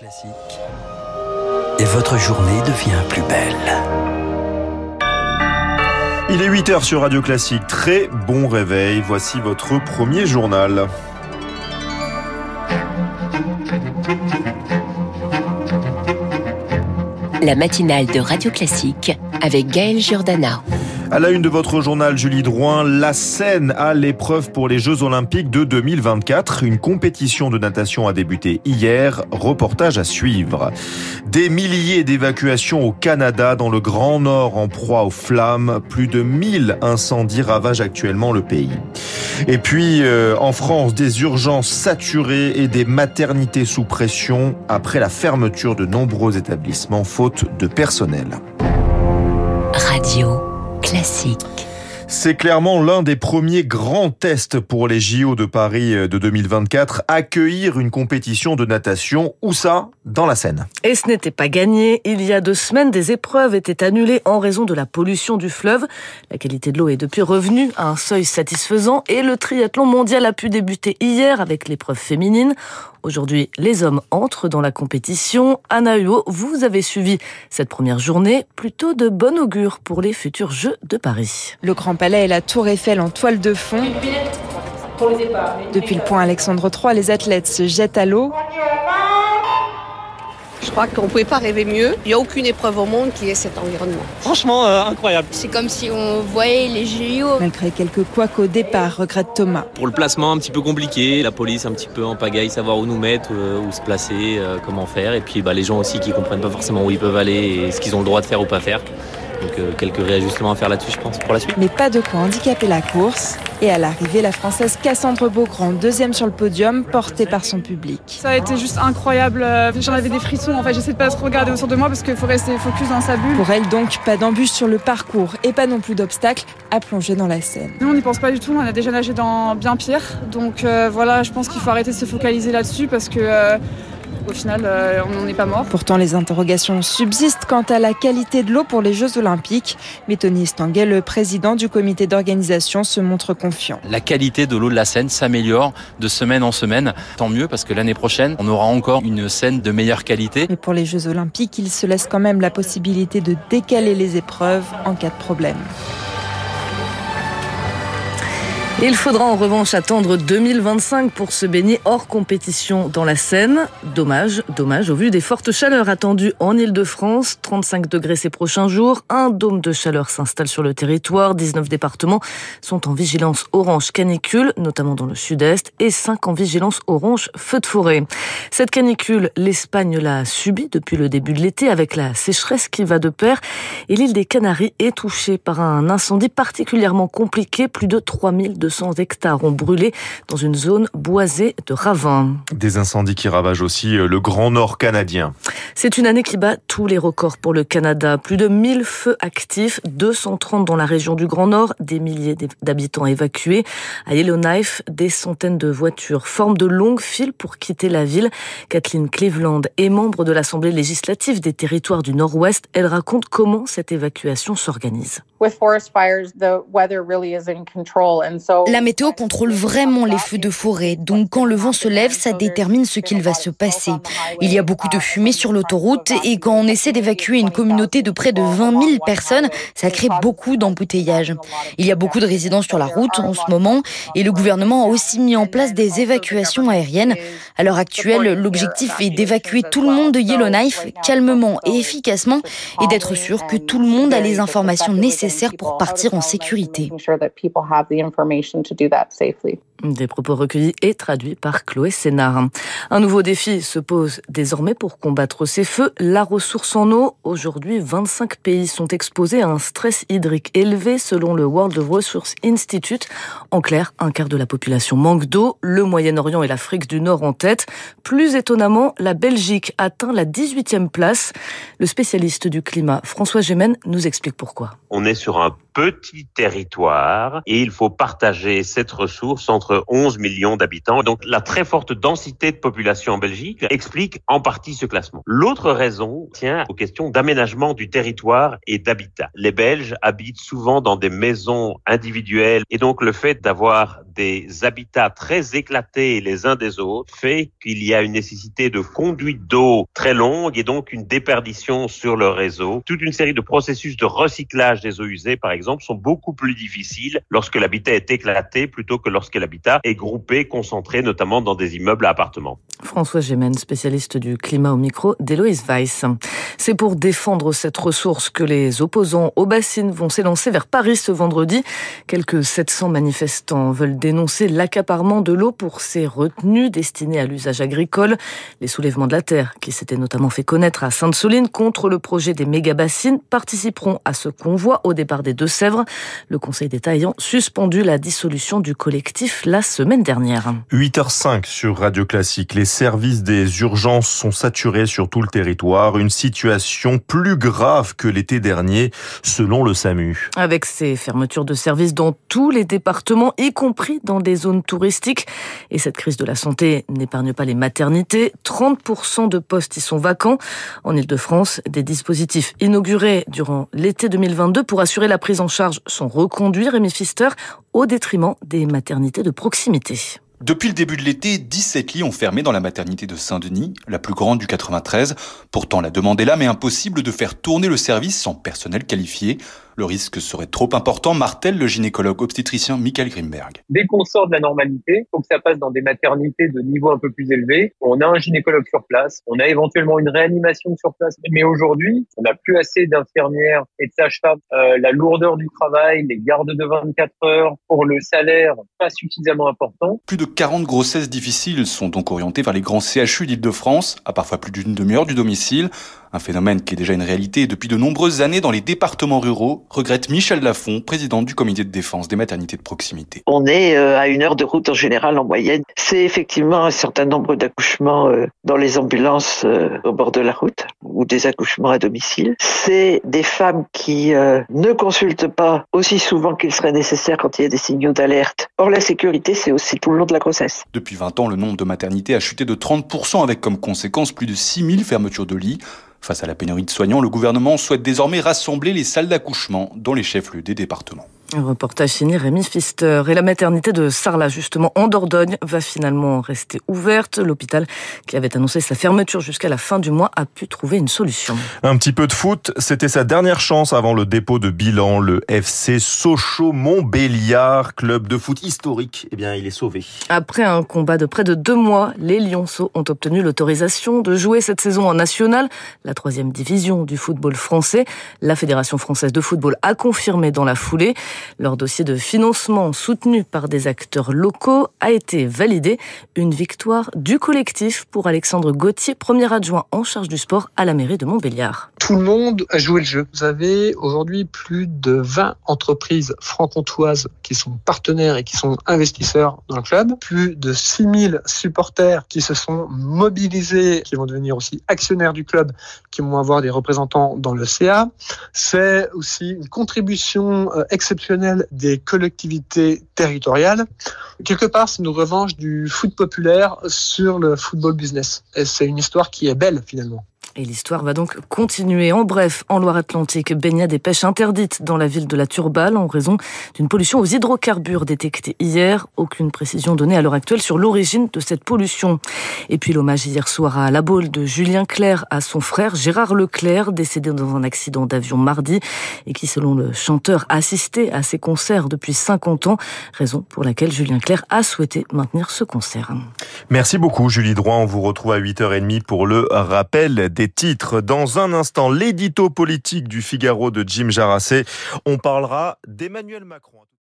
Classique. Et votre journée devient plus belle. Il est 8h sur Radio Classique. Très bon réveil. Voici votre premier journal. La matinale de Radio Classique avec Gaël Giordana. À la une de votre journal, Julie Drouin, la Seine a l'épreuve pour les Jeux Olympiques de 2024. Une compétition de natation a débuté hier. Reportage à suivre. Des milliers d'évacuations au Canada, dans le Grand Nord en proie aux flammes. Plus de 1000 incendies ravagent actuellement le pays. Et puis, en France, des urgences saturées et des maternités sous pression après la fermeture de nombreux établissements faute de personnel. Radio Classique. C'est clairement l'un des premiers grands tests pour les JO de Paris de 2024, accueillir une compétition de natation, où ça ? Dans la Seine. Et ce n'était pas gagné. Il y a 2 semaines, des épreuves étaient annulées en raison de la pollution du fleuve. La qualité de l'eau est depuis revenue à un seuil satisfaisant et le triathlon mondial a pu débuter hier avec l'épreuve féminine. Aujourd'hui, les hommes entrent dans la compétition. Anna Huot, vous avez suivi cette première journée, plutôt de bon augure pour les futurs Jeux de Paris. Le Grand Palais et la Tour Eiffel en toile de fond. Depuis le pont Alexandre III, les athlètes se jettent à l'eau. Je crois qu'on ne pouvait pas rêver mieux. Il n'y a aucune épreuve au monde qui ait cet environnement. Franchement, incroyable. C'est comme si on voyait les JO. Malgré quelques couacs au départ, regrette Thomas. Pour le placement, un petit peu compliqué. La police un petit peu en pagaille, savoir où nous mettre, où se placer, comment faire. Et puis les gens aussi qui ne comprennent pas forcément où ils peuvent aller et ce qu'ils ont le droit de faire ou pas faire. Donc quelques réajustements à faire là-dessus, je pense, pour la suite. Mais pas de quoi handicaper la course. Et à l'arrivée, la Française Cassandre Beaugrand, deuxième sur le podium, portée par son public. Ça a été juste incroyable. J'en avais des frissons. En fait, j'essaie de pas trop regarder autour de moi parce qu'il faut rester focus dans sa bulle. Pour elle, donc, pas d'embûches sur le parcours et pas non plus d'obstacles à plonger dans la Seine. Nous, on n'y pense pas du tout. On a déjà nagé dans bien pire. Donc voilà, je pense qu'il faut arrêter de se focaliser là-dessus parce que... Au final, on n'en est pas mort. Pourtant, les interrogations subsistent quant à la qualité de l'eau pour les Jeux Olympiques. Mais Tony Estanguet, le président du comité d'organisation, se montre confiant. La qualité de l'eau de la Seine s'améliore de semaine en semaine. Tant mieux, parce que l'année prochaine, on aura encore une Seine de meilleure qualité. Mais pour les Jeux Olympiques, il se laisse quand même la possibilité de décaler les épreuves en cas de problème. Il faudra en revanche attendre 2025 pour se baigner hors compétition dans la Seine. Dommage au vu des fortes chaleurs attendues en Île-de-France. 35 degrés ces prochains jours. Un dôme de chaleur s'installe sur le territoire. 19 départements sont en vigilance orange canicule, notamment dans le sud-est, et 5 en vigilance orange feu de forêt. Cette canicule, l'Espagne l'a subie depuis le début de l'été avec la sécheresse qui va de pair. Et l'île des Canaries est touchée par un incendie particulièrement compliqué. Plus de 3200 hectares ont brûlé dans une zone boisée de ravins. Des incendies qui ravagent aussi le Grand Nord canadien. C'est une année qui bat tous les records pour le Canada. Plus de 1000 feux actifs, 230 dans la région du Grand Nord, des milliers d'habitants évacués. À Yellowknife, des centaines de voitures forment de longues files pour quitter la ville. Kathleen Cleveland est membre de l'Assemblée législative des territoires du Nord-Ouest. Elle raconte comment cette évacuation s'organise. La météo contrôle vraiment les feux de forêt, donc quand le vent se lève, ça détermine ce qu'il va se passer. Il y a beaucoup de fumée sur l'autoroute et quand on essaie d'évacuer une communauté de près de 20 000 personnes, ça crée beaucoup d'embouteillages. Il y a beaucoup de résidences sur la route en ce moment et le gouvernement a aussi mis en place des évacuations aériennes. À l'heure actuelle, l'objectif est d'évacuer tout le monde de Yellowknife calmement et efficacement et d'être sûr que tout le monde a les informations nécessaires pour partir en sécurité. Des propos recueillis et traduits par Chloé Sénard. Un nouveau défi se pose désormais pour combattre ces feux, la ressource en eau. Aujourd'hui, 25 pays sont exposés à un stress hydrique élevé selon le World Resources Institute. En clair, un quart de la population manque d'eau, le Moyen-Orient et l'Afrique du Nord en tête. Plus étonnamment, la Belgique atteint la 18e place. Le spécialiste du climat, François Gémen, nous explique pourquoi. On est sur un petit territoire et il faut partager cette ressource entre 11 millions d'habitants. Donc la très forte densité de population en Belgique explique en partie ce classement. L'autre raison tient aux questions d'aménagement du territoire et d'habitat. Les Belges habitent souvent dans des maisons individuelles et donc le fait d'avoir des habitats très éclatés les uns des autres fait qu'il y a une nécessité de conduite d'eau très longue et donc une déperdition sur le réseau. Toute une série de processus de recyclage des eaux usées, par exemple, sont beaucoup plus difficiles lorsque l'habitat est éclaté plutôt que lorsque l'habitat est groupé, concentré, notamment dans des immeubles à appartements. François Gémen, spécialiste du climat au micro d'Héloïse Weiss. C'est pour défendre cette ressource que les opposants aux bassines vont s'élancer vers Paris ce vendredi. Quelques 700 manifestants veulent dénoncer l'accaparement de l'eau pour ces retenues destinées à l'usage agricole. Les soulèvements de la terre, qui s'étaient notamment fait connaître à Sainte-Soline contre le projet des méga-bassines, participeront à ce convoi au départ des Deux-Sèvres. Le Conseil d'État ayant suspendu la dissolution du collectif la semaine dernière. 8h05 sur Radio Classique. Les services des urgences sont saturés sur tout le territoire. Une situation plus grave que l'été dernier, selon le SAMU. Avec ces fermetures de services dans tous les départements, y compris dans des zones touristiques. Et cette crise de la santé n'épargne pas les maternités. 30% de postes y sont vacants. En Ile-de-France, des dispositifs inaugurés durant l'été 2022 pour assurer la prise en charge sont reconduits, Rémi Pfister, au détriment des maternités de proximité. Depuis le début de l'été, 17 lits ont fermé dans la maternité de Saint-Denis, la plus grande du 93. Pourtant, la demande est là, mais impossible de faire tourner le service sans personnel qualifié. Le risque serait trop important, martèle le gynécologue obstétricien Michael Grimberg. Dès qu'on sort de la normalité, il faut que ça passe dans des maternités de niveau un peu plus élevé. On a un gynécologue sur place, on a éventuellement une réanimation sur place. Mais aujourd'hui, on n'a plus assez d'infirmières et de sages-femmes. La lourdeur du travail, les gardes de 24 heures, pour le salaire pas suffisamment important. Plus de 40 grossesses difficiles sont donc orientées vers les grands CHU d'Île-de-France, à parfois plus d'une demi-heure du domicile. Un phénomène qui est déjà une réalité depuis de nombreuses années dans les départements ruraux, regrette Michel Lafont, président du comité de défense des maternités de proximité. On est à 1 heure de route en général en moyenne. C'est effectivement un certain nombre d'accouchements dans les ambulances au bord de la route ou des accouchements à domicile. C'est des femmes qui ne consultent pas aussi souvent qu'il serait nécessaire quand il y a des signaux d'alerte. Or, la sécurité, c'est aussi tout le long de la grossesse. Depuis 20 ans, le nombre de maternités a chuté de 30% avec comme conséquence plus de 6000 fermetures de lits. Face à la pénurie de soignants, le gouvernement souhaite désormais rassembler les salles d'accouchement dans les chefs-lieux des départements. Un reportage signé Rémi Pfister. Et la maternité de Sarlat, justement, en Dordogne, va finalement rester ouverte. L'hôpital, qui avait annoncé sa fermeture jusqu'à la fin du mois, a pu trouver une solution. Un petit peu de foot, c'était sa dernière chance avant le dépôt de bilan. Le FC Sochaux-Montbéliard, club de foot historique, eh bien, il est sauvé. Après un combat de près de 2 mois, les Lionceaux ont obtenu l'autorisation de jouer cette saison en nationale, la 3e division du football français. La Fédération française de football a confirmé dans la foulée. Leur dossier de financement soutenu par des acteurs locaux a été validé. Une victoire du collectif pour Alexandre Gauthier, premier adjoint en charge du sport à la mairie de Montbéliard. Tout le monde a joué le jeu. Vous avez aujourd'hui plus de 20 entreprises franc-comtoises qui sont partenaires et qui sont investisseurs dans le club. Plus de 6000 supporters qui se sont mobilisés, qui vont devenir aussi actionnaires du club, qui vont avoir des représentants dans le CA. C'est aussi une contribution exceptionnelle des collectivités territoriales. Quelque part, c'est une revanche du foot populaire sur le football business. Et c'est une histoire qui est belle, finalement. Et l'histoire va donc continuer. En bref, en Loire-Atlantique, baignade et pêche interdite dans la ville de la Turballe en raison d'une pollution aux hydrocarbures détectée hier. Aucune précision donnée à l'heure actuelle sur l'origine de cette pollution. Et puis l'hommage hier soir à La Baule de Julien Clerc à son frère Gérard Leclerc, décédé dans un accident d'avion mardi et qui, selon le chanteur, assistait à ses concerts depuis 50 ans. Raison pour laquelle Julien Clerc a souhaité maintenir ce concert. Merci beaucoup Julie Drouin. On vous retrouve à 8h30 pour le rappel des titres. Dans un instant, l'édito politique du Figaro de Jim Jarassé. On parlera d'Emmanuel Macron.